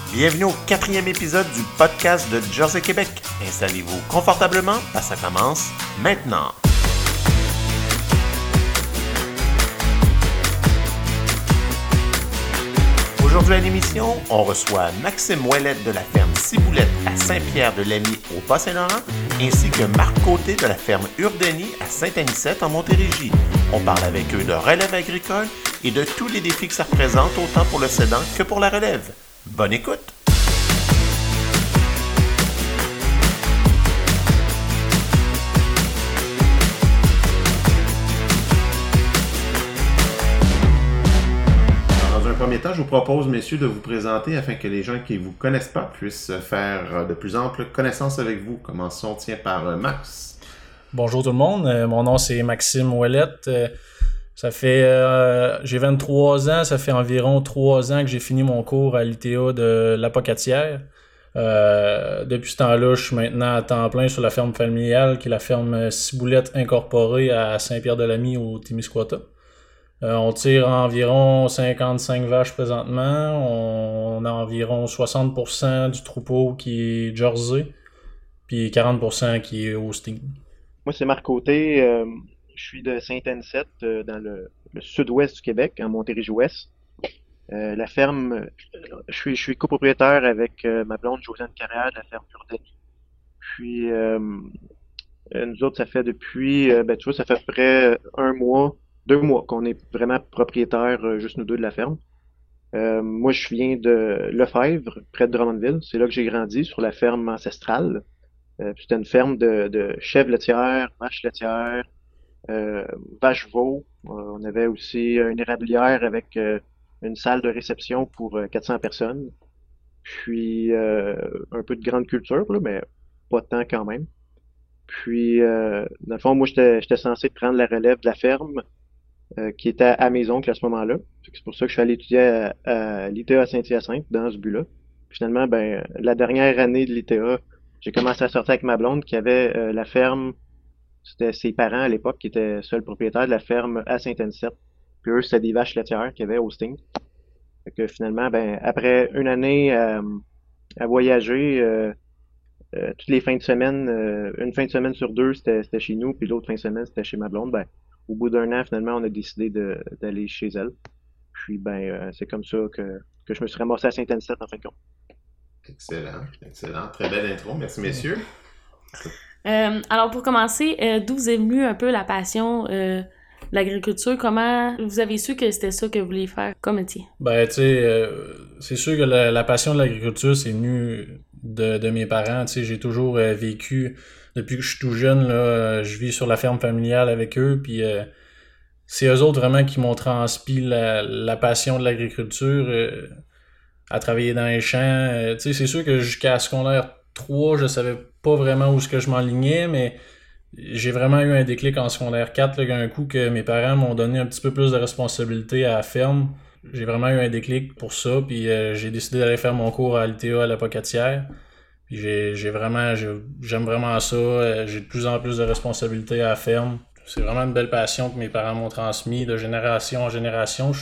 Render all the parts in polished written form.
Bienvenue au 4e épisode du podcast de Jersey Québec. Installez-vous confortablement, parce que ça commence maintenant. Aujourd'hui à l'émission, on reçoit Maxime Ouellette de la ferme Ciboulette à Saint-Pierre-de-Lamy au Bas-Saint-Laurent, ainsi que Marc Côté de la ferme Urdenie à Saint-Anicette en Montérégie. On parle avec eux de relève agricole et de tous les défis que ça représente autant pour le cédant que pour la relève. Bonne écoute! Dans un premier temps, je vous propose, messieurs, de vous présenter afin que les gens qui ne vous connaissent pas puissent faire de plus amples connaissances avec vous. Commençons, par Max. Bonjour tout le monde, mon nom c'est Maxime Ouellette. Ça fait, j'ai 23 ans, ça fait environ 3 ans que j'ai fini mon cours à l'ITA de l'Apocatière. Depuis ce temps-là, je suis maintenant à temps plein sur la ferme familiale, qui est la ferme Ciboulette incorporée à Saint-Pierre-de-Lamy au Témiscouata. On tire environ 55 vaches présentement. On a environ 60% du troupeau qui est Jersey, puis 40% qui est Holstein. Moi, c'est Marc Côté. Je suis de Saint-Anicette, dans le sud-ouest du Québec, en Montérégie-Ouest. La ferme, je suis copropriétaire avec ma blonde Josiane Carrière de la ferme Urdenie. Puis, nous autres, ça fait depuis, tu vois, ça fait à peu près 2 mois qu'on est vraiment propriétaires, juste nous deux, de la ferme. Moi, je viens de Lefebvre, près de Drummondville. C'est là que j'ai grandi, sur la ferme ancestrale. C'était une ferme de chèvres laitières, vaches laitières, vaches veaux. On avait aussi une érablière avec une salle de réception pour 400 personnes. Puis un peu de grande culture, là, mais pas tant quand même. Puis, dans le fond, moi, j'étais censé prendre la relève de la ferme qui était à mes oncles à ce moment-là. C'est pour ça que je suis allé étudier à l'ITA à Saint-Hyacinthe, dans ce but-là. Puis finalement, la dernière année de l'ITA, j'ai commencé à sortir avec ma blonde qui avait la ferme. C'était ses parents à l'époque qui étaient seuls propriétaires de la ferme à Saint-Anicette. Puis eux, c'était des vaches laitières qu'il y avait au Holstein. Fait que finalement, après une année à voyager, toutes les fins de semaine, une fin de semaine sur 2, c'était chez nous, puis l'autre fin de semaine, c'était chez ma blonde. Au bout d'un an, finalement, on a décidé d'aller chez elle. Puis c'est comme ça que je me suis ramassé à Saint-Anicette en fin de compte. Excellent. Très belle intro. Merci, messieurs. Alors, pour commencer, d'où vous est venue un peu la passion de l'agriculture? Comment vous avez su que c'était ça que vous vouliez faire comme métier? C'est sûr que la passion de l'agriculture, c'est venu de mes parents. J'ai toujours vécu, depuis que je suis tout jeune, là, je vis sur la ferme familiale avec eux, puis c'est eux autres vraiment qui m'ont transmis la passion de l'agriculture, à travailler dans les champs. C'est sûr que jusqu'à secondaire 3, je savais pas vraiment où est-ce que je m'enlignais, mais j'ai vraiment eu un déclic en secondaire 4, là, un coup que mes parents m'ont donné un petit peu plus de responsabilité à la ferme. J'ai vraiment eu un déclic pour ça, puis j'ai décidé d'aller faire mon cours à l'ITA à l'Apocatière. Puis j'aime vraiment ça. J'ai de plus en plus de responsabilités à la ferme. C'est vraiment une belle passion que mes parents m'ont transmis de génération en génération.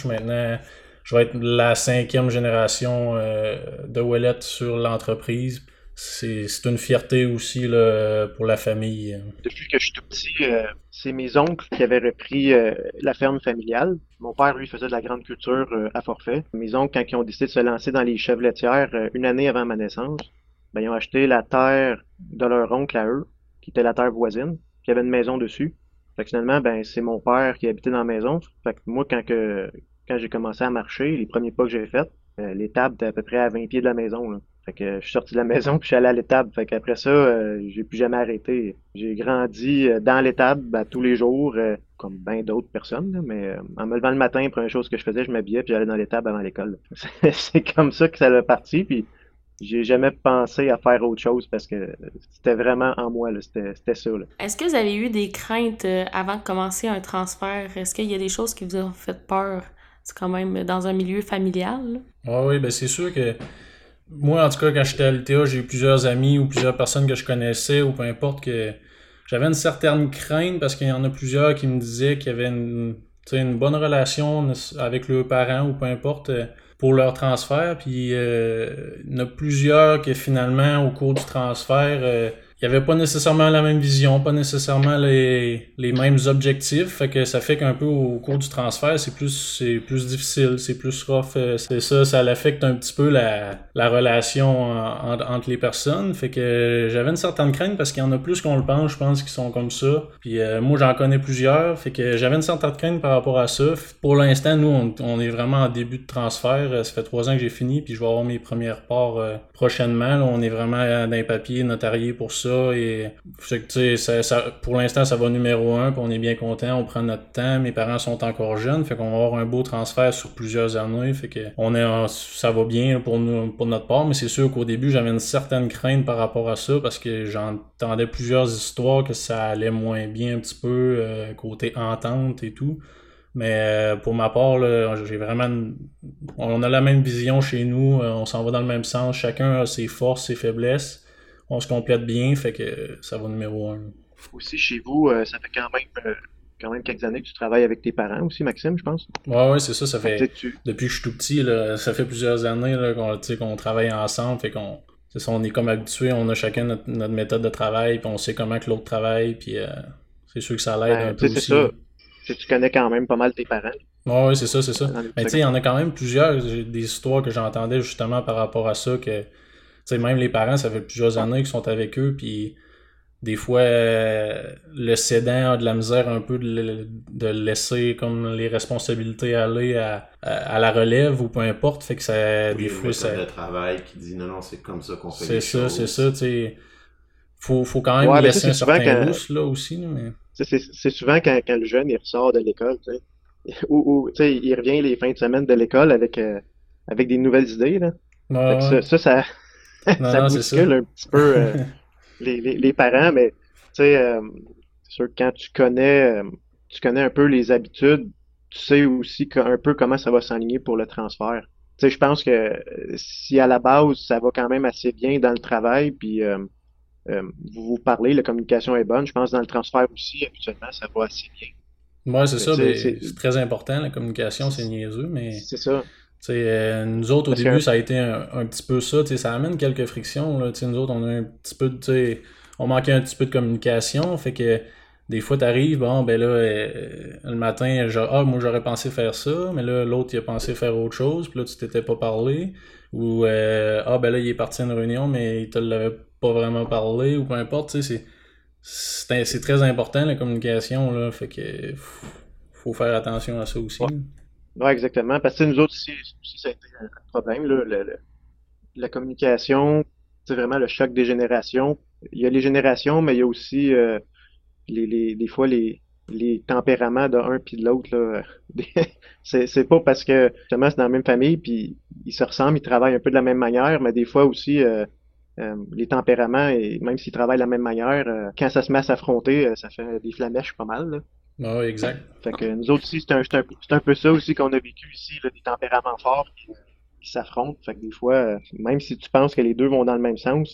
Je vais être la 5e génération de Ouellette sur l'entreprise. C'est une fierté aussi là, pour la famille. Depuis que je suis tout petit, c'est mes oncles qui avaient repris la ferme familiale. Mon père, lui, faisait de la grande culture à forfait. Mes oncles, quand ils ont décidé de se lancer dans les chèvres laitières une année avant ma naissance, ils ont acheté la terre de leur oncle à eux, qui était la terre voisine, qui avait une maison dessus. Fait que finalement, c'est mon père qui habitait dans la maison. Fait que moi, quand j'ai commencé à marcher, les premiers pas que j'ai faits, l'étable était à peu près à 20 pieds de la maison, là. Fait que je suis sorti de la maison puis je suis allé à l'étable. Fait qu'après ça, j'ai plus jamais arrêté. J'ai grandi dans l'étable tous les jours, comme bien d'autres personnes, là, mais en me levant le matin, la première chose que je faisais, je m'habillais puis j'allais dans l'étable avant l'école. C'est comme ça que ça l'a parti, puis j'ai jamais pensé à faire autre chose parce que c'était vraiment en moi, là. C'était ça, là. Est-ce que vous avez eu des craintes avant de commencer un transfert? Est-ce qu'il y a des choses qui vous ont fait peur? C'est quand même dans un milieu familial, là. Oui, c'est sûr que moi, en tout cas, quand j'étais à l'ITA, j'ai eu plusieurs amis ou plusieurs personnes que je connaissais ou peu importe, que j'avais une certaine crainte parce qu'il y en a plusieurs qui me disaient qu'il y avait une bonne relation avec leurs parents ou peu importe. pour leur transfert. Puis il y en a plusieurs que finalement, au cours du transfert, il n'y avait pas nécessairement la même vision, pas nécessairement les mêmes objectifs. Fait que ça fait qu'un peu au cours du transfert, c'est plus difficile, c'est plus rough. C'est ça l'affecte un petit peu la relation entre les personnes. Fait que j'avais une certaine crainte parce qu'il y en a plus qu'on le pense, je pense, qui sont comme ça. Puis moi, j'en connais plusieurs. Fait que j'avais une certaine crainte par rapport à ça. Pour l'instant, nous, on est vraiment en début de transfert. Ça fait 3 ans que j'ai fini, puis je vais avoir mes premières parts prochainement. Là, on est vraiment dans les papiers notariés pour ça. Et pour l'instant, ça va numéro 1, puis on est bien content, on prend notre temps. Mes parents sont encore jeunes, fait qu'on va avoir un beau transfert sur plusieurs années, fait que ça va bien pour nous, pour notre part. Mais c'est sûr qu'au début, j'avais une certaine crainte par rapport à ça, parce que j'entendais plusieurs histoires que ça allait moins bien un petit peu, côté entente et tout. Mais pour ma part, là, on a la même vision chez nous, on s'en va dans le même sens, chacun a ses forces, ses faiblesses. On se complète bien, fait que ça va numéro 1. Aussi, chez vous, ça fait quand même quelques années que tu travailles avec tes parents aussi, Maxime, je pense. Ouais, c'est ça. Ça fait Peut-être depuis que je suis tout petit, là, ça fait plusieurs années là, qu'on travaille ensemble, fait c'est ça, on est comme habitués, on a chacun notre méthode de travail, puis on sait comment que l'autre travaille, puis c'est sûr que ça l'aide un peu c'est aussi. ça. Tu connais quand même pas mal tes parents. Ouais, c'est ça. Mais tu sais, il y en a quand même plusieurs, des histoires que j'entendais justement par rapport à ça, que tu sais, même les parents, ça fait plusieurs années qu'ils sont avec eux, puis des fois, le cédant a de la misère un peu de laisser comme les responsabilités aller à la relève ou peu importe, fait que ça, Oui, des fois, ça... le travail qui dit non, c'est comme ça qu'on fait C'est les ça, choses. c'est ça, tu sais. Faut quand même Ouais, mais laisser ça, un c'est souvent certain quand, lousse, là, aussi, là, mais... c'est souvent quand le jeune il ressort de l'école, tu sais. Ou tu sais, il revient les fins de semaine de l'école avec des nouvelles idées, là. Ouais, Fait que ouais. Non, ça non, c'est ça. bouscule un petit peu les parents, mais tu sais, c'est sûr que quand tu connais un peu les habitudes, tu sais aussi un peu comment ça va s'aligner pour le transfert. Tu sais, je pense que si à la base ça va quand même assez bien dans le travail, puis vous vous parlez, la communication est bonne, je pense que dans le transfert aussi, habituellement, ça va assez bien. Ouais, c'est Tu ça, sais, ben, c'est très important, la communication, c'est niaiseux, mais... c'est ça. Tu sais, nous autres, au Parce début, que ça a été un petit peu ça. Tu sais, ça amène quelques frictions. Là. Tu sais, nous autres, on a un petit peu, tu sais, on manquait un petit peu de communication. Fait que des fois, t'arrives, bon, ben là, le matin, genre, moi, j'aurais pensé faire ça, mais là, l'autre, il a pensé faire autre chose, puis là, tu t'étais pas parlé. Ou, ben là, il est parti à une réunion, mais il te l'avait pas vraiment parlé, ou peu importe. Tu sais, c'est très important, la communication, là. Fait que faut faire attention à ça aussi. ouais, ouais, exactement. Parce que nous autres aussi, ça a été un problème, là, la communication, c'est vraiment le choc des générations. Il y a les générations, mais il y a aussi des fois les tempéraments d'un puis de l'autre, là. C'est pas parce que justement c'est dans la même famille, puis ils se ressemblent, ils travaillent un peu de la même manière, mais des fois aussi les tempéraments, et même s'ils travaillent de la même manière, quand ça se met à s'affronter, ça fait des flamèches pas mal, là. Ah, ouais, exact. Fait que nous autres aussi, c'est un peu ça aussi qu'on a vécu ici, là, des tempéraments forts qui s'affrontent. Fait que des fois, même si tu penses que les deux vont dans le même sens,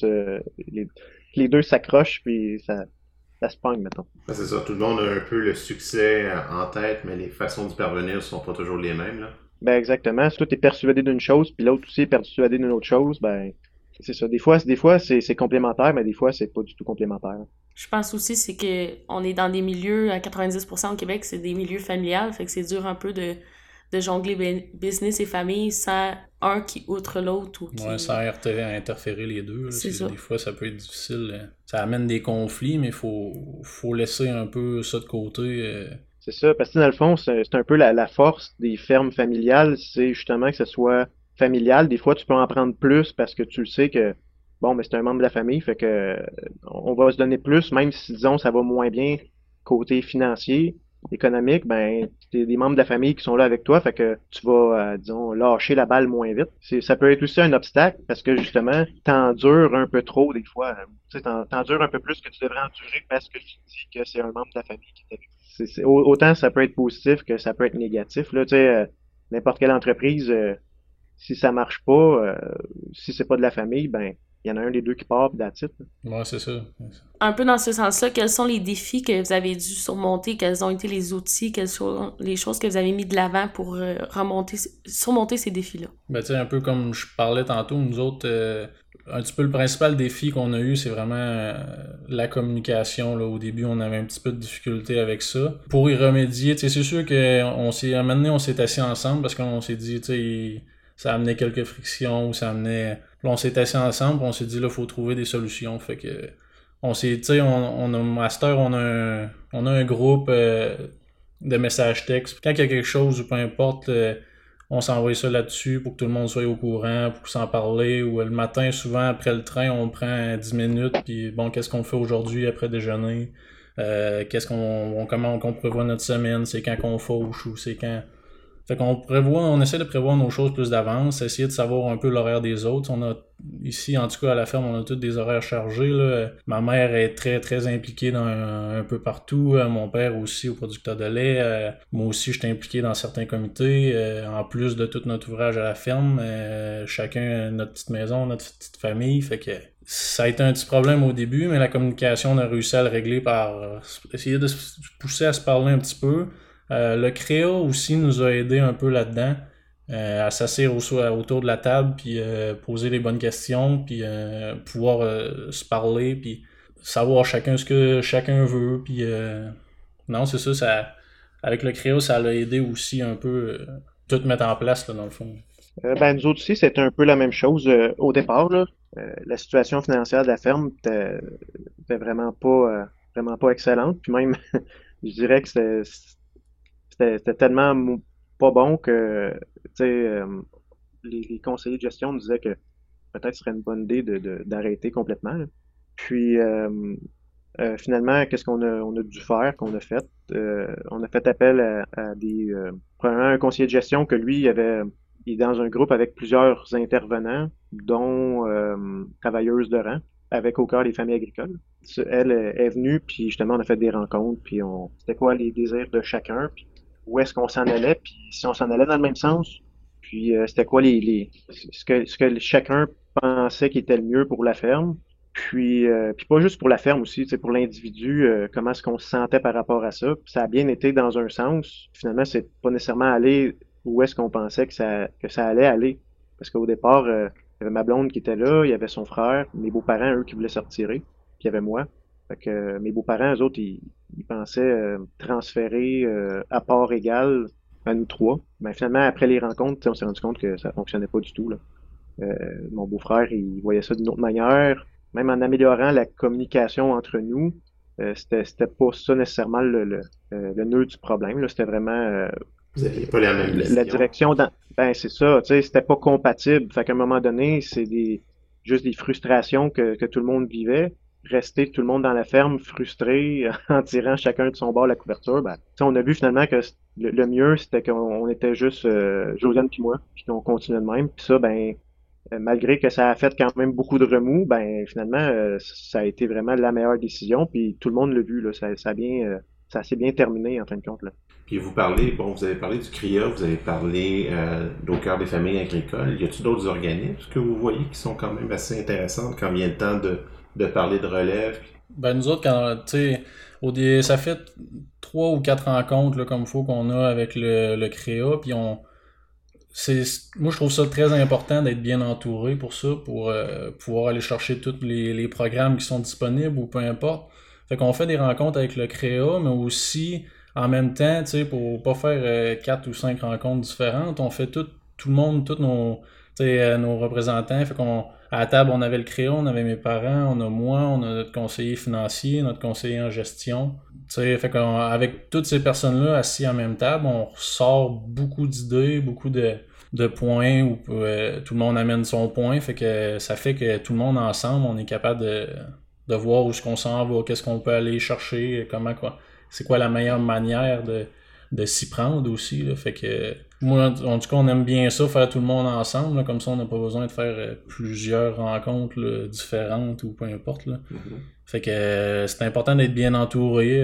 les deux s'accrochent puis ça se pogne, mettons. Ben, c'est ça, tout le monde a un peu le succès en tête, mais les façons d'y parvenir sont pas toujours les mêmes, là. Ben exactement. Si toi t'es persuadé d'une chose, puis l'autre aussi est persuadé d'une autre chose, ben c'est ça. Des fois c'est complémentaire, mais des fois c'est pas du tout complémentaire. Je pense aussi c'est que on est dans des milieux à 90% au Québec, c'est des milieux familiales, fait que c'est dur un peu de jongler business et famille sans un qui outre l'autre ou qui... Ouais, sans interférer les deux. Là, C'est ça. des fois, ça peut être difficile. Ça amène des conflits, mais faut laisser un peu ça de côté. C'est ça, parce que dans le fond, c'est un peu la force des fermes familiales, c'est justement que ce soit familial. Des fois, tu peux en prendre plus parce que tu le sais que, bon, mais c'est un membre de la famille, fait que on va se donner plus, même si, disons, ça va moins bien côté financier, économique, ben, t'es des membres de la famille qui sont là avec toi, fait que tu vas, disons, lâcher la balle moins vite. Ça peut être aussi un obstacle parce que, justement, t'endures un peu trop des fois. Tu sais, t'endures un peu plus que tu devrais endurer parce que tu te dis que c'est un membre de la famille qui est avec toi. Autant ça peut être positif que ça peut être négatif. Là, tu sais, n'importe quelle entreprise, si ça marche pas, si c'est pas de la famille, ben il y en a un des deux qui part, puis that's it. Ouais, c'est ça. Un peu dans ce sens-là, quels sont les défis que vous avez dû surmonter? Quels ont été les outils? Quelles sont les choses que vous avez mis de l'avant pour surmonter ces défis-là? Ben, tu sais, un peu comme je parlais tantôt, nous autres, un petit peu le principal défi qu'on a eu, c'est vraiment la communication. Là. Au début, on avait un petit peu de difficulté avec ça. Pour y remédier, tu sais, c'est sûr qu'à un moment donné, on s'est assis ensemble parce qu'on s'est dit, tu sais, ça amenait quelques frictions, ça amenait... Là, on s'est assis ensemble, on s'est dit, là, il faut trouver des solutions. Fait que, on s'est, tu sais, on a Master, on a un groupe de messages textes. Quand il y a quelque chose, ou peu importe, on s'envoie ça là-dessus pour que tout le monde soit au courant, pour s'en parler. Ou le matin, souvent, après le train, on prend 10 minutes, puis bon, qu'est-ce qu'on fait aujourd'hui après déjeuner? Comment on prévoit notre semaine? C'est quand qu'on fauche ou c'est quand... Fait on essaie de prévoir nos choses plus d'avance, essayer de savoir un peu l'horaire des autres. On a, ici, en tout cas, à la ferme, on a tous des horaires chargés, là. Ma mère est très, très impliquée dans un peu partout. Mon père aussi, au producteur de lait. Moi aussi, je suis impliqué dans certains comités. En plus de tout notre ouvrage à la ferme, chacun notre petite maison, notre petite famille. Fait que ça a été un petit problème au début, mais la communication, on a réussi à le régler par essayer de se pousser à se parler un petit peu. Le créa aussi nous a aidé un peu là-dedans, à s'asseoir autour de la table, puis poser les bonnes questions, puis pouvoir se parler, puis savoir chacun ce que chacun veut, puis non, c'est ça, avec le créa, ça l'a aidé aussi un peu tout mettre en place, là, dans le fond. Nous autres aussi, c'était un peu la même chose au départ, là. La situation financière de la ferme était vraiment pas excellente, puis même, je dirais que c'était tellement pas bon que, tu sais, les conseillers de gestion nous disaient que peut-être ce serait une bonne idée d'arrêter complètement, là. Puis, finalement, qu'est-ce on a dû faire, qu'on a fait? On a fait appel à premièrement, un conseiller de gestion que lui, il est dans un groupe avec plusieurs intervenants, dont travailleuses de rang, avec au cœur les familles agricoles. Elle est venue, puis justement, on a fait des rencontres, puis c'était quoi les désirs de chacun, puis où est-ce qu'on s'en allait, puis si on s'en allait dans le même sens, puis c'était quoi ce que chacun pensait qui était le mieux pour la ferme, puis pas juste pour la ferme aussi, pour l'individu, comment est-ce qu'on se sentait par rapport à ça. Puis ça a bien été dans un sens. Finalement, c'est pas nécessairement aller où est-ce qu'on pensait que ça allait aller. Parce qu'au départ, il y avait ma blonde qui était là, il y avait son frère, mes beaux-parents, eux, qui voulaient se retirer, puis il y avait moi. Fait que mes beaux-parents, eux autres, ils pensaient transférer à part égale à nous trois. Ben, finalement, après les rencontres, on s'est rendu compte que ça fonctionnait pas du tout, là. Mon beau-frère, il voyait ça d'une autre manière. Même en améliorant la communication entre nous, c'était pas ça nécessairement le nœud du problème, là. C'était vraiment Vous n'aviez pas la même vision. la direction c'est ça, tu sais, c'était pas compatible. Fait qu'à un moment donné, c'est juste des frustrations que tout le monde vivait. Rester tout le monde dans la ferme frustré en tirant chacun de son bord la couverture, ben, tu sais, on a vu finalement que le mieux, c'était qu'on était juste Josiane puis moi, puis qu'on continuait de même. Puis ça, ben, malgré que ça a fait quand même beaucoup de remous, ben finalement, ça a été vraiment la meilleure décision, puis tout le monde l'a vu, là, ça s'est bien terminé en fin de compte, là. Puis vous avez parlé du CRIA, vous avez parlé d'Au cœur des familles agricoles. Y a-t-il d'autres organismes que vous voyez qui sont quand même assez intéressants quand vient le temps de parler de relève? Ben nous autres, ça fait 3 ou 4 rencontres là, comme il faut qu'on a avec le CREA, puis moi je trouve ça très important d'être bien entouré pour ça, pour pouvoir aller chercher tous les programmes qui sont disponibles ou peu importe. Fait qu'on fait des rencontres avec le CREA, mais aussi en même temps, tu sais, pour pas faire 4 ou 5 rencontres différentes, on fait tout le monde, tous nos représentants. Fait qu'on à la table, on avait le CREA, on avait mes parents, on a moi, on a notre conseiller financier, notre conseiller en gestion. Tu sais, fait qu'avec toutes ces personnes-là assis à la même table, on ressort beaucoup d'idées, beaucoup de points où tout le monde amène son point. Fait que ça fait que tout le monde ensemble, on est capable de voir où est-ce qu'on s'en va, qu'est-ce qu'on peut aller chercher, c'est quoi la meilleure manière de s'y prendre aussi, là. Fait que moi, en tout cas, on aime bien ça, faire tout le monde ensemble, là, comme ça on n'a pas besoin de faire plusieurs rencontres là, différentes ou peu importe, là. Mm-hmm. Fait que c'est important d'être bien entouré.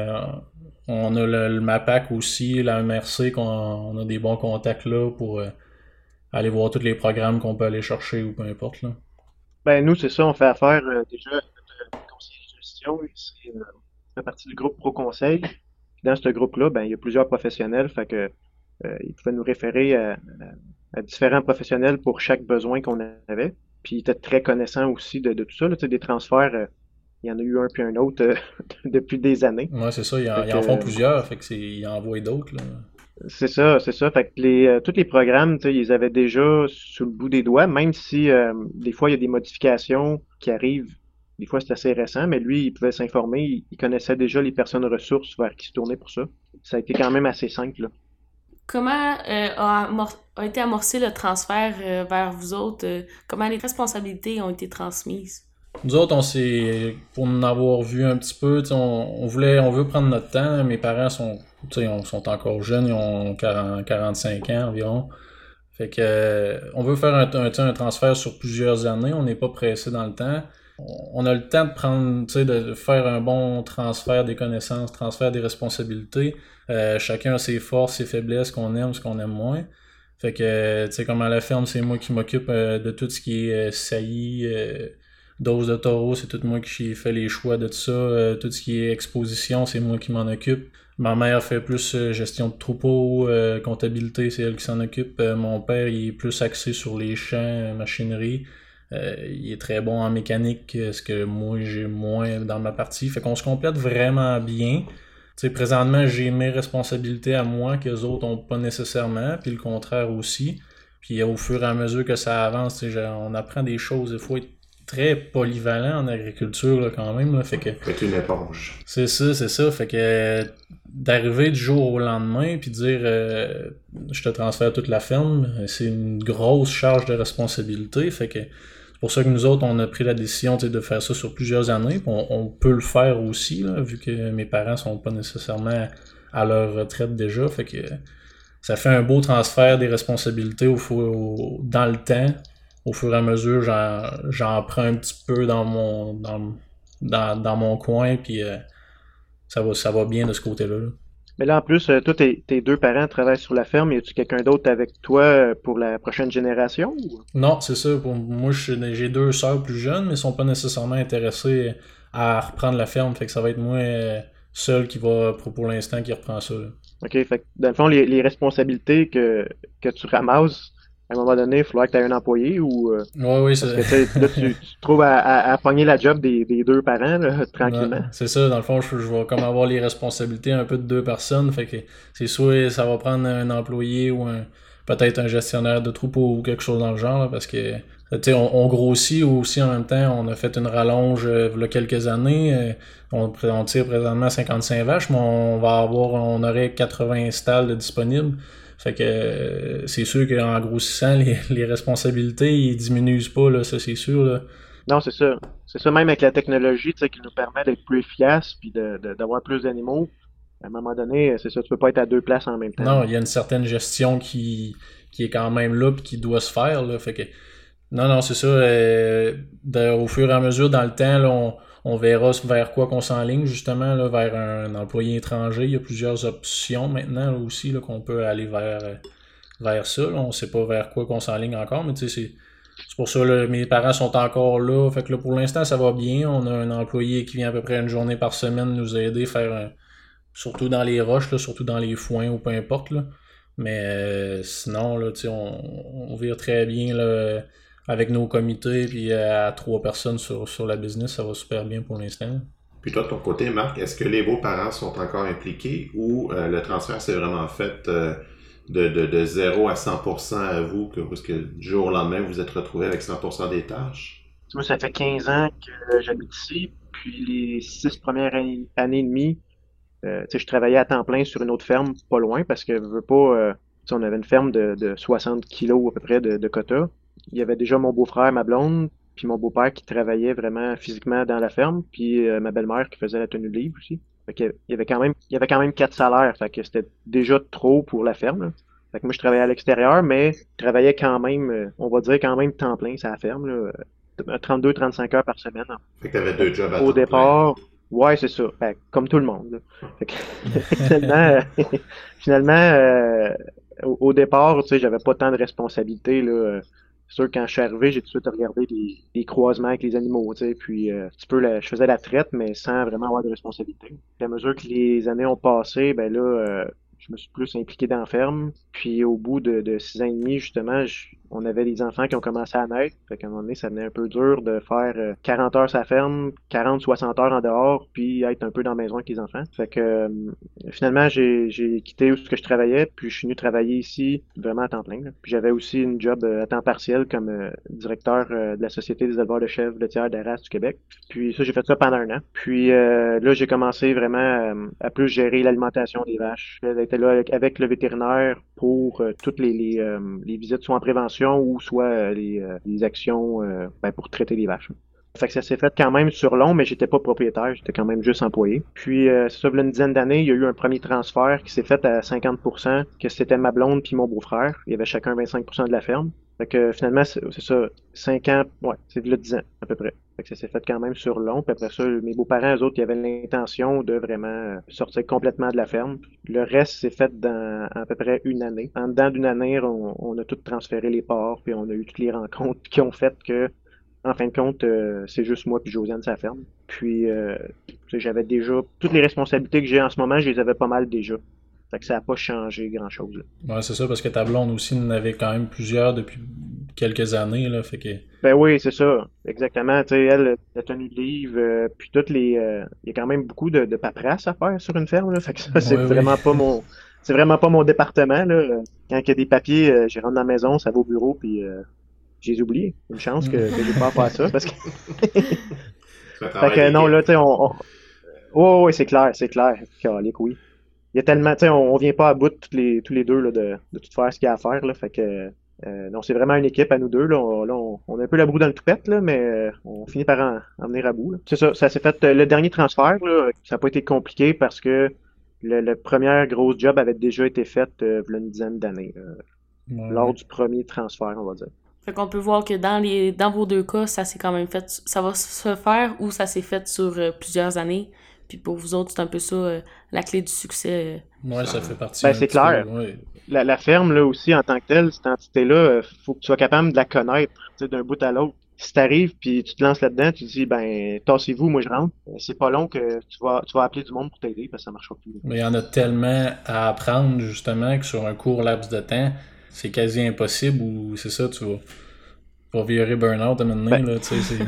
On a le MAPAC aussi, la MRC, on a des bons contacts là pour aller voir tous les programmes qu'on peut aller chercher ou peu importe, là. Ben, nous, c'est ça, on fait affaire déjà avec notre conseiller de gestion. Ça fait partie du groupe Pro Conseil. Puis dans ce groupe-là, ben, il y a plusieurs professionnels, fait que ils pouvaient nous référer à différents professionnels pour chaque besoin qu'on avait. Puis ils étaient très connaissants aussi de tout ça, là, tu sais, des transferts, il y en a eu un puis un autre depuis des années. Ouais, c'est ça, Fait ils en font que plusieurs, fait que ils en envoient d'autres, là. c'est ça, c'est ça. Fait que tous les programmes, tu sais, ils les avaient déjà sous le bout des doigts, même si des fois il y a des modifications qui arrivent. Des fois c'est assez récent, mais lui, il pouvait s'informer, il connaissait déjà les personnes ressources vers qui se tourner pour ça. Ça a été quand même assez simple, là. Comment a été amorcé le transfert vers vous autres? Comment les responsabilités ont été transmises? Nous autres, pour en avoir vu un petit peu, tu sais, on veut prendre notre temps. Mes parents tu sais, sont encore jeunes, ils ont 45 ans environ. Fait que, on veut faire un transfert sur plusieurs années, on n'est pas pressé dans le temps. On a le temps de prendre, tu sais, de faire un bon transfert des connaissances, transfert des responsabilités. Chacun a ses forces, ses faiblesses, ce qu'on aime moins. Fait que, tu sais, comme à la ferme, c'est moi qui m'occupe de tout ce qui est saillie, dose de taureau, c'est tout moi qui fais les choix de tout ça. Tout ce qui est exposition, c'est moi qui m'en occupe. Ma mère fait plus gestion de troupeau, comptabilité, c'est elle qui s'en occupe. Mon père, il est plus axé sur les champs, machinerie. Il est très bon en mécanique, ce que moi j'ai moins dans ma partie. Fait qu'on se complète vraiment bien. Tu sais, présentement, j'ai mes responsabilités à moi que les autres ont pas nécessairement, puis le contraire aussi. Puis au fur et à mesure que ça avance, tu sais, on apprend des choses. Il faut être très polyvalent en agriculture là, quand même. Là, fait que Fait une éponge. c'est ça, c'est ça. Fait que d'arriver du jour au lendemain puis dire je te transfère toute la ferme, c'est une grosse charge de responsabilité. Fait que c'est pour ça que nous autres, on a pris la décision de faire ça sur plusieurs années. On peut le faire aussi, là, vu que mes parents sont pas nécessairement à leur retraite déjà. Fait que ça fait un beau transfert des responsabilités dans le temps. Au fur et à mesure, j'en prends un petit peu dans mon coin, puis ça va bien de ce côté-là, là. Mais là, en plus, toi, tes deux parents travaillent sur la ferme. Y a-tu quelqu'un d'autre avec toi pour la prochaine génération? Non, c'est ça. Pour moi, j'ai deux sœurs plus jeunes, mais ils sont pas nécessairement intéressés à reprendre la ferme. Fait que ça va être moi seul qui va, pour l'instant, qui reprend ça, là. OK, fait que dans le fond, les responsabilités que tu ramasses, à un moment donné, il faudra que tu aies un employé ou Ouais, oui, parce que tu sais, là, tu te trouves à pogner la job des deux parents là, ouais, tranquillement. c'est ça. Dans le fond, je vais comme avoir les responsabilités un peu de deux personnes. Fait que c'est soit ça va prendre un employé ou peut-être un gestionnaire de troupeau ou quelque chose dans le genre, là, parce que tu sais, on grossit aussi en même temps. On a fait une rallonge il y a quelques années. On tire présentement 55 vaches, mais on aurait 80 stalles disponibles. Fait que c'est sûr qu'en grossissant, les responsabilités, ils diminuent pas, là, ça c'est sûr, là. Non, c'est ça. C'est ça, même avec la technologie, tu sais, qui nous permet d'être plus efficace puis d'avoir plus d'animaux. À un moment donné, c'est ça, tu peux pas être à deux places en même temps, Non, là. il y a une certaine gestion qui est quand même là puis qui doit se faire, là. Fait que non, c'est ça. Au fur et à mesure, dans le temps, là, on verra vers quoi qu'on s'enligne, justement, là, vers un employé étranger. Il y a plusieurs options maintenant là, aussi là, qu'on peut aller vers ça. Là. On sait pas vers quoi qu'on s'enligne encore, mais tu sais, c'est pour ça là, mes parents sont encore là. Fait que là, pour l'instant, ça va bien. On a un employé qui vient à peu près une journée par semaine nous aider, surtout dans les roches, là, surtout dans les foins ou peu importe. Là. Mais sinon, là, tu sais, on vire très bien là, avec nos comités, puis à trois personnes sur la business, ça va super bien pour l'instant. Puis toi, de ton côté, Marc, est-ce que les beaux-parents sont encore impliqués ou le transfert s'est vraiment fait de 0 à 100% à vous, parce que du jour au lendemain, vous êtes retrouvé avec 100% des tâches? Moi, ça fait 15 ans que j'habite ici, puis les 6 premières années et demie, tu sais, je travaillais à temps plein sur une autre ferme, pas loin, parce que veux pas, tu sais, on avait une ferme de 60 kilos à peu près de quota. Il y avait déjà mon beau-frère, ma blonde, puis mon beau-père qui travaillait vraiment physiquement dans la ferme, puis ma belle-mère qui faisait la tenue de livre aussi. Fait que il y avait quand même 4 salaires, fait que c'était déjà trop pour la ferme, là. Fait que moi, je travaillais à l'extérieur, mais je travaillais quand même, on va dire quand même temps plein sur la ferme, là, 32-35 heures par semaine. Fait que t'avais deux jobs à Au temps plein. départ, ouais, c'est ça. Ben, comme tout le monde, là. Fait que, finalement, finalement au départ, tu sais, j'avais pas tant de responsabilités, là. c'est sûr que quand je suis arrivé, j'ai tout de suite regardé les croisements avec les animaux, tu sais, puis un petit peu, je faisais la traite, mais sans vraiment avoir de responsabilité. Puis à mesure que les années ont passé, ben là, je me suis plus impliqué dans la ferme. Puis au bout de 6 ans et demi, justement, on avait des enfants qui ont commencé à naître. Fait qu'à un moment donné, ça devenait un peu dur de faire 40 heures sur la ferme, 40, 60 heures en dehors, puis être un peu dans la maison avec les enfants. Fait que finalement, j'ai quitté où ce que je travaillais, puis je suis venu travailler ici vraiment à temps plein, là. Puis j'avais aussi une job à temps partiel comme directeur de la Société des éleveurs de chèvres laitières de race du Québec. Puis ça, j'ai fait ça pendant 1 an. Puis là, j'ai commencé vraiment à plus gérer l'alimentation des vaches. J'étais là avec le vétérinaire pour toutes les visites, soit en prévention ou soit les actions ben, pour traiter les vaches. Fait que ça s'est fait quand même sur long, mais j'étais pas propriétaire, j'étais quand même juste employé. Puis c'est ça, il y a une dizaine d'années, il y a eu un premier transfert qui s'est fait à 50%, que c'était ma blonde puis mon beau-frère. Il y avait chacun 25% de la ferme. Fait que finalement, c'est ça, 5 ans, ouais, c'est de là 10 ans à peu près. Fait que ça s'est fait quand même sur long. Puis après ça, mes beaux-parents, eux autres, ils avaient l'intention de vraiment sortir complètement de la ferme. Le reste s'est fait dans à peu près 1 année. En dedans d'une année, on a tout transféré les parts, puis on a eu toutes les rencontres qui ont fait que en fin de compte, c'est juste moi puis Josiane sa ferme. Puis j'avais déjà toutes les responsabilités que j'ai en ce moment, je les avais pas mal déjà. Fait que ça n'a pas changé grand-chose, là. Ouais, c'est ça, parce que ta blonde aussi en avait quand même plusieurs depuis quelques années, là, fait que... Ben oui, c'est ça, exactement. Tu sais, elle, la tenue de livre, puis toutes les... Il y a quand même beaucoup de paperasse à faire sur une ferme, là. Fait que ça, c'est Ouais, oui. vraiment pas mon... C'est vraiment pas mon département, là. Quand il y a des papiers, j'y rentre dans la maison, ça va au bureau, puis j'ai oublié. Une chance que j'ai pas à faire ça, parce que... Fait que non, là, tu sais, Oh, oui, c'est clair, c'est clair. Calique, oui. Il y a tellement, tu sais, on vient pas à bout tous les deux là, de tout faire ce qu'il y a à faire, là. Fait que non, c'est vraiment une équipe à nous deux. Là, on a un peu la broue dans le toupette, là, mais on finit par en venir à bout, là. C'est ça, ça s'est fait. Le dernier transfert, là, ça n'a pas été compliqué parce que le premier gros job avait déjà été fait il y a une dizaine d'années, Ouais, lors ouais. du premier transfert, on va dire. Fait qu'on peut voir que dans vos deux cas, ça s'est quand même fait, ça va se faire ou ça s'est fait sur plusieurs années. Puis pour vous autres, c'est un peu ça, la clé du succès. Ouais, ça fait partie Ben, un c'est petit peu, clair. ouais. La ferme, là, aussi, en tant que telle, cette entité-là, faut que tu sois capable de la connaître, tu sais, d'un bout à l'autre. Si t'arrives puis tu te lances là-dedans, tu te dis, ben, tassez-vous, moi je rentre. C'est pas long que tu vas appeler du monde pour t'aider parce que ça marchera plus. Mais il y en a tellement à apprendre, justement, que sur un court laps de temps, c'est quasi impossible, ou c'est ça, tu vas virer burn-out à un moment donné, Ben, là, tu sais, c'est...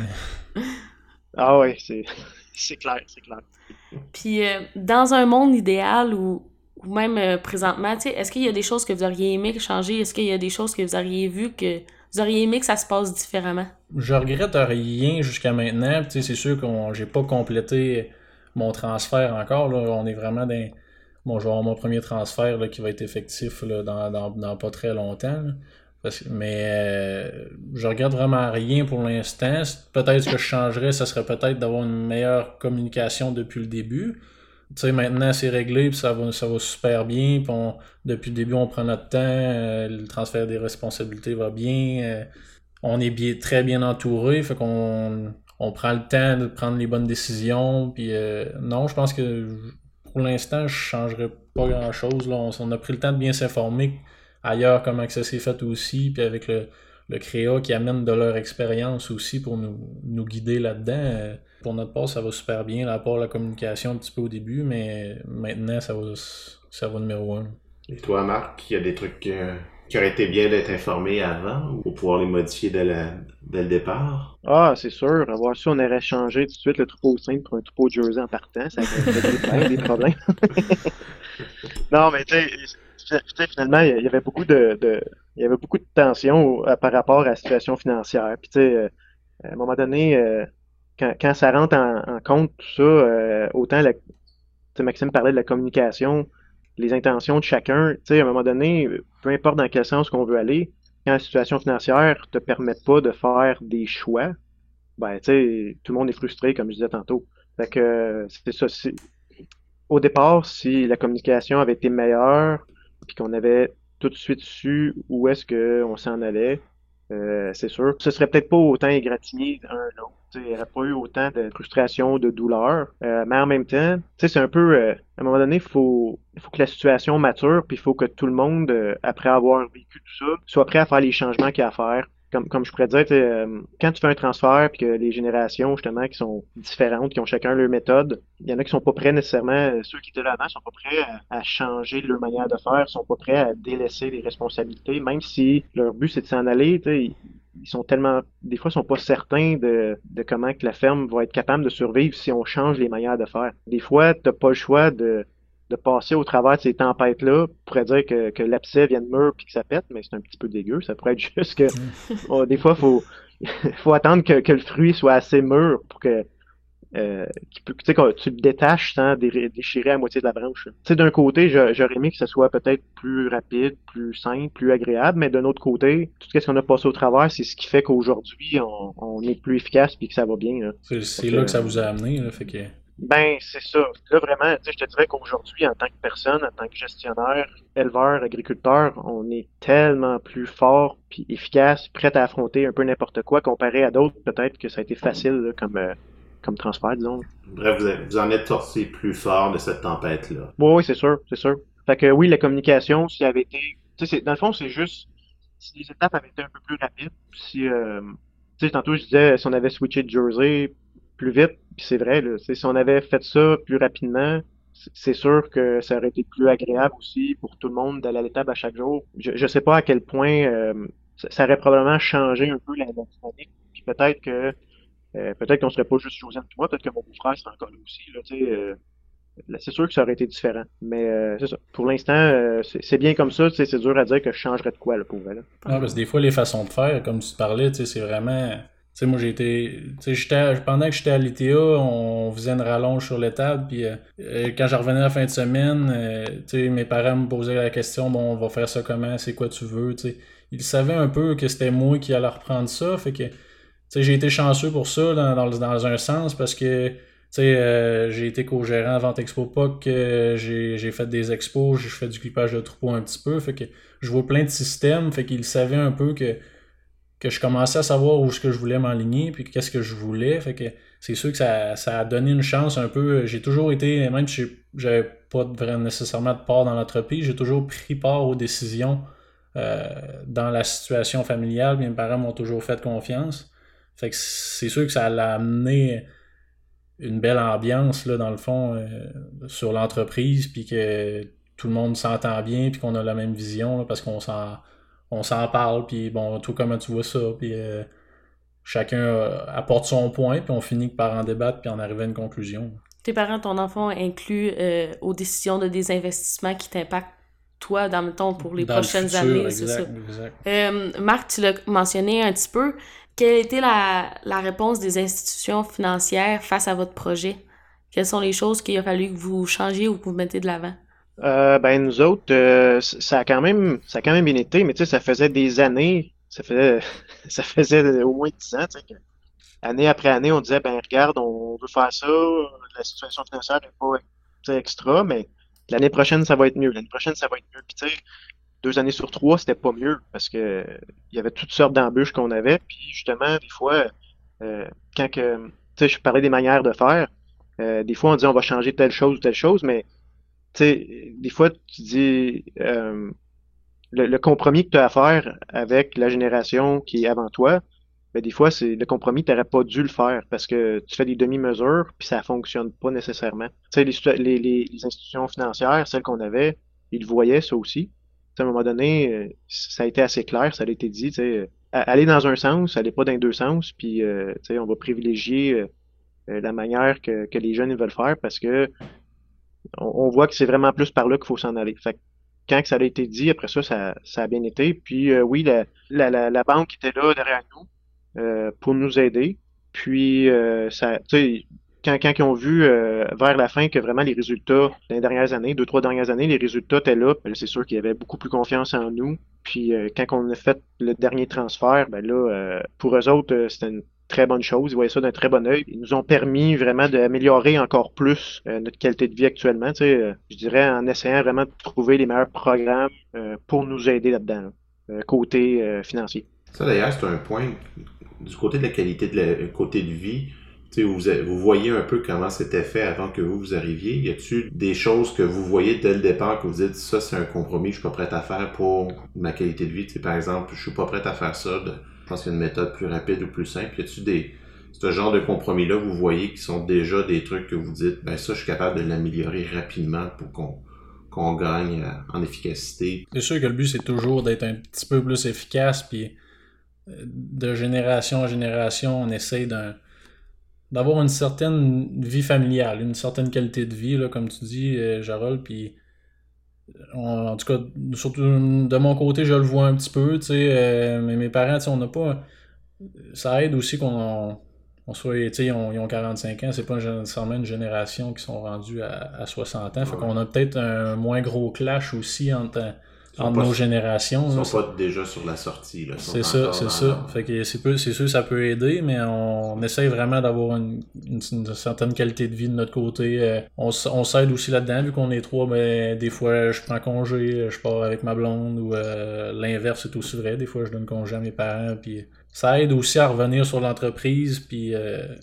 ah ouais, c'est clair, c'est clair. Puis dans un monde idéal ou même présentement, tu sais, est-ce qu'il y a des choses que vous auriez aimé changer? Est-ce qu'il y a des choses que vous auriez vues que vous auriez aimé que ça se passe différemment? Je regrette rien jusqu'à maintenant. Tu sais, c'est sûr que j'ai pas complété mon transfert encore, là. On est vraiment dans... Bon, je vais avoir mon premier transfert là, qui va être effectif là, dans pas très longtemps, là. Mais je regrette vraiment rien pour l'instant. Peut-être ce que je changerais, ça serait peut-être d'avoir une meilleure communication depuis le début. Tu sais, maintenant c'est réglé, puis ça va super bien. Puis depuis le début, on prend notre temps. Le transfert des responsabilités va bien. On est très bien entouré, fait qu'on prend le temps de prendre les bonnes décisions. Puis non, je pense que pour l'instant, je changerais pas grand-chose, là. On a pris le temps de bien s'informer ailleurs comment que ça s'est fait aussi, puis avec le CREA qui amène de leur expérience aussi pour nous guider là-dedans. Pour notre part, ça va super bien, là, à part la communication un petit peu au début, mais maintenant, ça va numéro 1. Et toi, Marc, il y a des trucs qui auraient été bien d'être informés avant ou pour pouvoir les modifier dès le départ? Ah, c'est sûr, avoir su, on aurait changé tout de suite le troupeau simple pour un troupeau de jersey en partant, ça aurait réglé des problèmes. Non, mais tu sais, finalement, il y avait beaucoup il y avait beaucoup de tension par rapport à la situation financière. Puis tu sais, à un moment donné, quand ça rentre en compte tout ça, autant tu sais, Maxime parlait de la communication, les intentions de chacun, tu sais, à un moment donné, peu importe dans quel sens qu'on veut aller, quand la situation financière te permet pas de faire des choix, ben tu sais, tout le monde est frustré, comme je disais tantôt. Fait que c'est ça. Au départ, si la communication avait été meilleure, puis qu'on avait tout de suite su où est-ce qu'on s'en allait, c'est sûr. Ce serait peut-être pas autant égratigné un l'autre. Il n'y aurait pas eu autant de frustration, de douleur. Mais en même temps, c'est un peu, à un moment donné, il faut que la situation mature, puis il faut que tout le monde, après avoir vécu tout ça, soit prêt à faire les changements qu'il y a à faire. comme je pourrais dire, quand tu fais un transfert puis que les générations justement qui sont différentes, qui ont chacun leur méthode, il y en a qui sont pas prêts nécessairement, ceux qui étaient là avant sont pas prêts à changer leur manière de faire, sont pas prêts à délaisser les responsabilités, même si leur but c'est de s'en aller, tu sais, ils sont tellement, des fois, ils sont pas certains de comment que la ferme va être capable de survivre si on change les manières de faire. Des fois, t'as pas le choix de passer au travers de ces tempêtes-là. On pourrait dire que l'abcès vienne mûr puis que ça pète, mais c'est un petit peu dégueu. Ça pourrait être juste que des fois, faut attendre que le fruit soit assez mûr pour que tu sais, quand tu le détaches sans déchirer à moitié de la branche. Tu sais, d'un côté, j'aurais aimé que ce soit peut-être plus rapide, plus simple, plus agréable, mais d'un autre côté, tout ce qu'on a passé au travers, c'est ce qui fait qu'aujourd'hui, on est plus efficace puis que ça va bien. Là. C'est là que ça vous a amené, là, fait que... Ben, c'est ça. Là, vraiment, tu sais, je te dirais qu'aujourd'hui, en tant que personne, en tant que gestionnaire, éleveur, agriculteur, on est tellement plus fort puis efficace, prêt à affronter un peu n'importe quoi, comparé à d'autres, peut-être que ça a été facile là, comme transfert, disons. Bref, vous en êtes sorti plus fort de cette tempête-là. Oui, c'est sûr, c'est sûr. Fait que oui, la communication, s'il avait été... Tu sais, dans le fond, c'est juste... Si les étapes avaient été un peu plus rapides, si... tu sais, tantôt, je disais, si on avait switché de Jersey plus vite, puis c'est vrai, là, si on avait fait ça plus rapidement, c'est sûr que ça aurait été plus agréable aussi pour tout le monde d'aller à l'étable à chaque jour. Je sais pas à quel point ça aurait probablement changé un peu la dynamique, puis peut-être qu'on serait pas juste Josiane et moi, peut-être que mon beau-frère serait encore là aussi, là, tu sais, c'est sûr que ça aurait été différent. Mais c'est ça. Pour l'instant, c'est bien comme ça, tu sais, c'est dur à dire que je changerais de quoi, là, pour vrai, là. Ah, parce que des fois, les façons de faire, comme tu parlais, tu sais, c'est vraiment... Tu sais, moi, j'ai été... Tu sais, pendant que j'étais à l'ITA, on faisait une rallonge sur l'étable, puis quand je revenais à la fin de semaine, tu sais, mes parents me posaient la question, bon, on va faire ça comment, c'est quoi tu veux, tu sais. Ils savaient un peu que c'était moi qui allais reprendre ça, fait que... Tu sais, j'ai été chanceux pour ça, dans un sens, parce que... Tu sais, j'ai été co-gérant à Vente Expo POC, j'ai fait des expos, j'ai fait du clippage de troupeau un petit peu, fait que je vois plein de systèmes, fait qu'ils savaient un peu que je commençais à savoir où est-ce que je voulais m'enligner, puis qu'est-ce que je voulais, fait que c'est sûr que ça a donné une chance un peu. J'ai toujours été, même si j'avais pas nécessairement de part dans l'entreprise, j'ai toujours pris part aux décisions dans la situation familiale, mes parents m'ont toujours fait confiance, fait que c'est sûr que ça l'a amené une belle ambiance, là, dans le fond, sur l'entreprise, puis que tout le monde s'entend bien, puis qu'on a la même vision, là, parce qu'on s'en parle, puis bon, tout comment tu vois ça, puis chacun apporte son point, puis on finit par en débattre, puis en arriver à une conclusion. Tes parents, ton enfant inclut aux décisions de désinvestissement qui t'impactent toi, mettons, pour les prochaines années, exact, c'est ça. Exact. Marc, tu l'as mentionné un petit peu. Quelle était la réponse des institutions financières face à votre projet? Quelles sont les choses qu'il a fallu que vous changiez ou que vous mettez de l'avant? Ben nous autres, ça a quand même bien été, mais tu sais, ça faisait des années, ça faisait au moins 10 ans, tu sais, année après année, on disait, ben regarde, on veut faire ça, la situation financière n'est pas, tu sais, extra, mais l'année prochaine, ça va être mieux. L'année prochaine, ça va être mieux. Puis tu sais, 2 années sur 3, c'était pas mieux parce que il y avait toutes sortes d'embûches qu'on avait. Puis justement, des fois, quand que, tu sais, je parlais des manières de faire, des fois on dit on va changer telle chose ou telle chose, mais tu sais, des fois tu dis le compromis que tu as à faire avec la génération qui est avant toi, ben des fois c'est le compromis, tu n'aurais pas dû le faire parce que tu fais des demi-mesures puis ça fonctionne pas nécessairement. Tu sais, les institutions financières, celles qu'on avait, ils le voyaient ça aussi. À un moment donné, ça a été assez clair, ça a été dit, tu sais, aller dans un sens, aller pas dans les deux sens, puis tu sais, on va privilégier la manière que les jeunes ils veulent faire parce que on voit que c'est vraiment plus par là qu'il faut s'en aller. Fait que quand que ça a été dit, après ça a bien été. Puis oui, la banque était là derrière nous pour nous aider. Puis ça, tu sais, quand ils ont vu vers la fin que vraiment les résultats dans les dernières années, 2-3 dernières années, les résultats étaient là, ben là, c'est sûr qu'il y avait beaucoup plus confiance en nous. Puis quand on a fait le dernier transfert, ben là, pour eux autres, c'était une très bonne chose. Ils voyaient ça d'un très bon œil. Ils nous ont permis vraiment d'améliorer encore plus notre qualité de vie actuellement. Tu sais, je dirais en essayant vraiment de trouver les meilleurs programmes pour nous aider là-dedans, là, côté financier. Ça d'ailleurs, c'est un point du côté de la qualité côté de vie. Tu sais, vous voyez un peu comment c'était fait avant que vous arriviez. Y a-t-il des choses que vous voyez dès le départ que vous dites ça c'est un compromis que je suis pas prête à faire pour ma qualité de vie? Tu sais, par exemple, je suis pas prête à faire ça pense qu'il y a une méthode plus rapide ou plus simple. Y a-t-il ce genre de compromis-là, vous voyez, qui sont déjà des trucs que vous dites, ben ça, je suis capable de l'améliorer rapidement pour qu'on gagne en efficacité. C'est sûr que le but, c'est toujours d'être un petit peu plus efficace, puis de génération en génération, on essaye d'avoir une certaine vie familiale, une certaine qualité de vie, là, comme tu dis, Jarol, puis en tout cas, surtout de mon côté, je le vois un petit peu, tu sais, mais mes parents, tu sais, on n'a pas... Ça aide aussi qu'on soit, tu sais, ils ont 45 ans, c'est pas nécessairement une génération qui sont rendus à 60 ans, fait qu'on a peut-être un moins gros clash aussi entre nos générations. Ils là, sont pas déjà sur la sortie. Là. C'est ça. Fait que c'est sûr que ça peut aider, mais on essaye vraiment d'avoir une certaine qualité de vie de notre côté. On s'aide aussi là-dedans, vu qu'on est trois, ben, des fois je prends congé, je pars avec ma blonde, ou l'inverse c'est aussi vrai, des fois je donne congé à mes parents, puis ça aide aussi à revenir sur l'entreprise, puis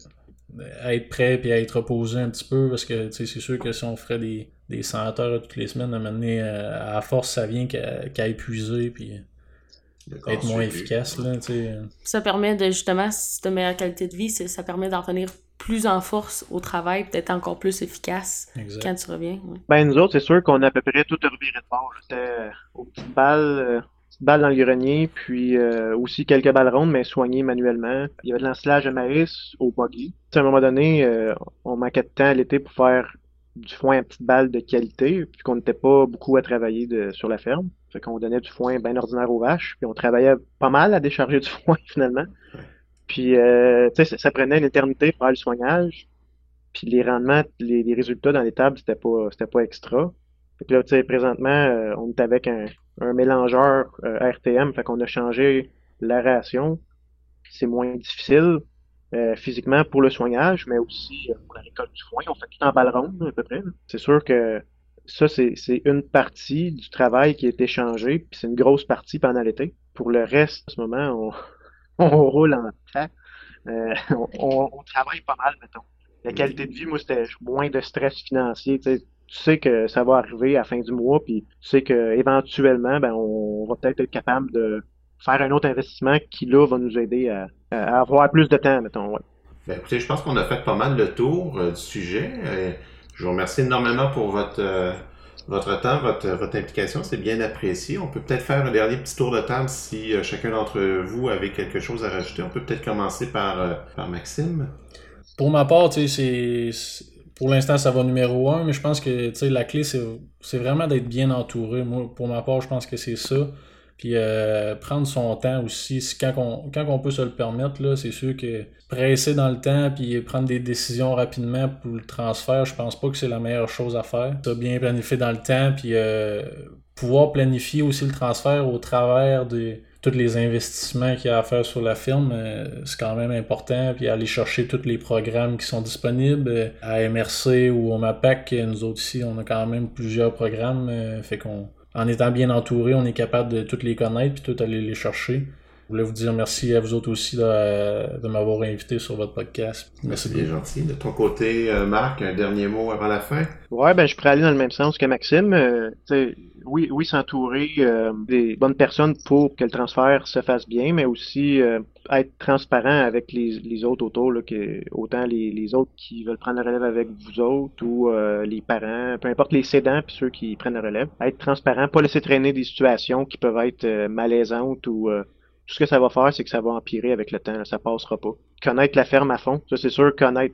à être prêt, puis à être reposé un petit peu, parce que c'est sûr que si on ferait des 100 heures toutes les semaines, à un moment donné, à force, ça vient qu'à épuiser, puis être moins efficace. Là, ça permet de, justement, si tu as une meilleure qualité de vie, ça permet d'en revenir plus en force au travail, peut-être encore plus efficace quand tu reviens. Ouais. Ben, nous autres, c'est sûr qu'on a à peu près tout reviré de bord. C'était aux petites balles dans le grenier, puis aussi quelques balles rondes, mais soignées manuellement. Il y avait de l'ensilage de maïs au buggy. À un moment donné, on manquait de temps l'été pour faire du foin à petites balles de qualité, puis qu'on n'était pas beaucoup à travailler sur la ferme. Fait qu'on donnait du foin bien ordinaire aux vaches, puis on travaillait pas mal à décharger du foin finalement. Puis, tu sais, ça prenait une éternité pour faire le soignage. Puis les rendements, les résultats dans les tables, c'était pas extra. Fait que là, tu sais, présentement, on est avec un mélangeur RTM, fait qu'on a changé la ration. C'est moins difficile physiquement pour le soignage, mais aussi pour la récolte du foin. On fait tout en balle ronde, à peu près. Là. C'est sûr que ça, c'est une partie du travail qui a été changé, puis c'est une grosse partie pendant l'été. Pour le reste, en ce moment, on roule en temps. On travaille pas mal, mettons. La qualité de vie, moi, c'était moins de stress financier. Tu sais que ça va arriver à la fin du mois, puis tu sais que éventuellement, ben, on va peut-être être capable de faire un autre investissement qui, là, va nous aider à avoir plus de temps, mettons. Ouais. Ben, écoutez, je pense qu'on a fait pas mal le tour du sujet. Je vous remercie énormément pour votre temps, votre implication. C'est bien apprécié. On peut peut-être faire un dernier petit tour de table si chacun d'entre vous avait quelque chose à rajouter. On peut peut-être commencer par Maxime. Pour ma part, tu sais, pour l'instant, ça va numéro 1, mais je pense que, tu sais, la clé, c'est vraiment d'être bien entouré. Moi, pour ma part, je pense que c'est ça. Puis prendre son temps aussi, quand on peut se le permettre, là, c'est sûr que presser dans le temps puis prendre des décisions rapidement pour le transfert, je pense pas que c'est la meilleure chose à faire. Ça bien planifier dans le temps, puis pouvoir planifier aussi le transfert au travers de tous les investissements qu'il y a à faire sur la firme, c'est quand même important, puis aller chercher tous les programmes qui sont disponibles. À MRC ou au MAPAC, nous autres ici, on a quand même plusieurs programmes, fait qu'on en étant bien entouré, on est capable de toutes les connaître puis tout aller les chercher. Je voulais vous dire merci à vous autres aussi de m'avoir invité sur votre podcast. Merci bien gentil. De ton côté, Marc, un dernier mot avant la fin? Ouais, ben je pourrais aller dans le même sens que Maxime. Oui, s'entourer des bonnes personnes pour que le transfert se fasse bien, mais aussi être transparent avec les autres autour, là, autant les autres qui veulent prendre la relève avec vous autres ou les parents, peu importe les cédants puis ceux qui prennent la relève. Être transparent, pas laisser traîner des situations qui peuvent être malaisantes ou tout ce que ça va faire, c'est que ça va empirer avec le temps. Là, ça passera pas. Connaître la ferme à fond, ça c'est sûr, connaître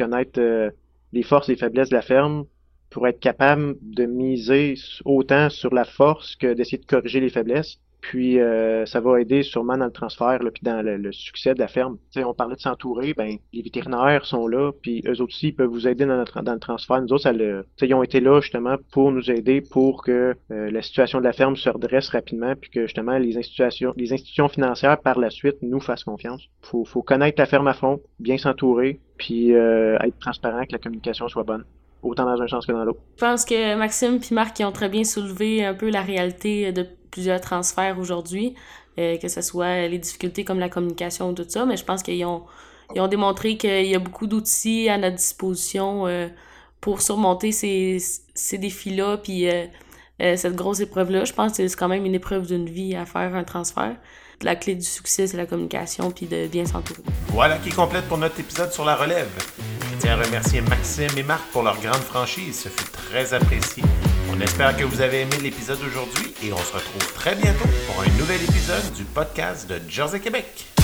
les forces et les faiblesses de la ferme pour être capable de miser autant sur la force que d'essayer de corriger les faiblesses. Puis ça va aider sûrement dans le transfert, là, puis dans le succès de la ferme. T'sais, on parlait de s'entourer, ben les vétérinaires sont là, puis eux autres aussi ils peuvent vous aider dans le transfert. Nous autres, ils ont été là justement pour nous aider pour que la situation de la ferme se redresse rapidement, puis que justement les institutions financières par la suite nous fassent confiance. Faut connaître la ferme à fond, bien s'entourer, puis être transparent, que la communication soit bonne. Autant dans un sens que dans l'autre. Je pense que Maxime et Marc ils ont très bien soulevé un peu la réalité de plusieurs transferts aujourd'hui, que ce soit les difficultés comme la communication ou tout ça, mais je pense qu'ils ont démontré qu'il y a beaucoup d'outils à notre disposition pour surmonter ces défis-là, puis cette grosse épreuve-là. Je pense que c'est quand même une épreuve d'une vie à faire un transfert. la clé du succès, c'est la communication puis de bien s'entourer. Voilà qui complète pour notre épisode sur la relève. Je tiens à remercier Maxime et Marc pour leur grande franchise. Ce fut très apprécié. On espère que vous avez aimé l'épisode d'aujourd'hui et on se retrouve très bientôt pour un nouvel épisode du podcast de Jersey Québec.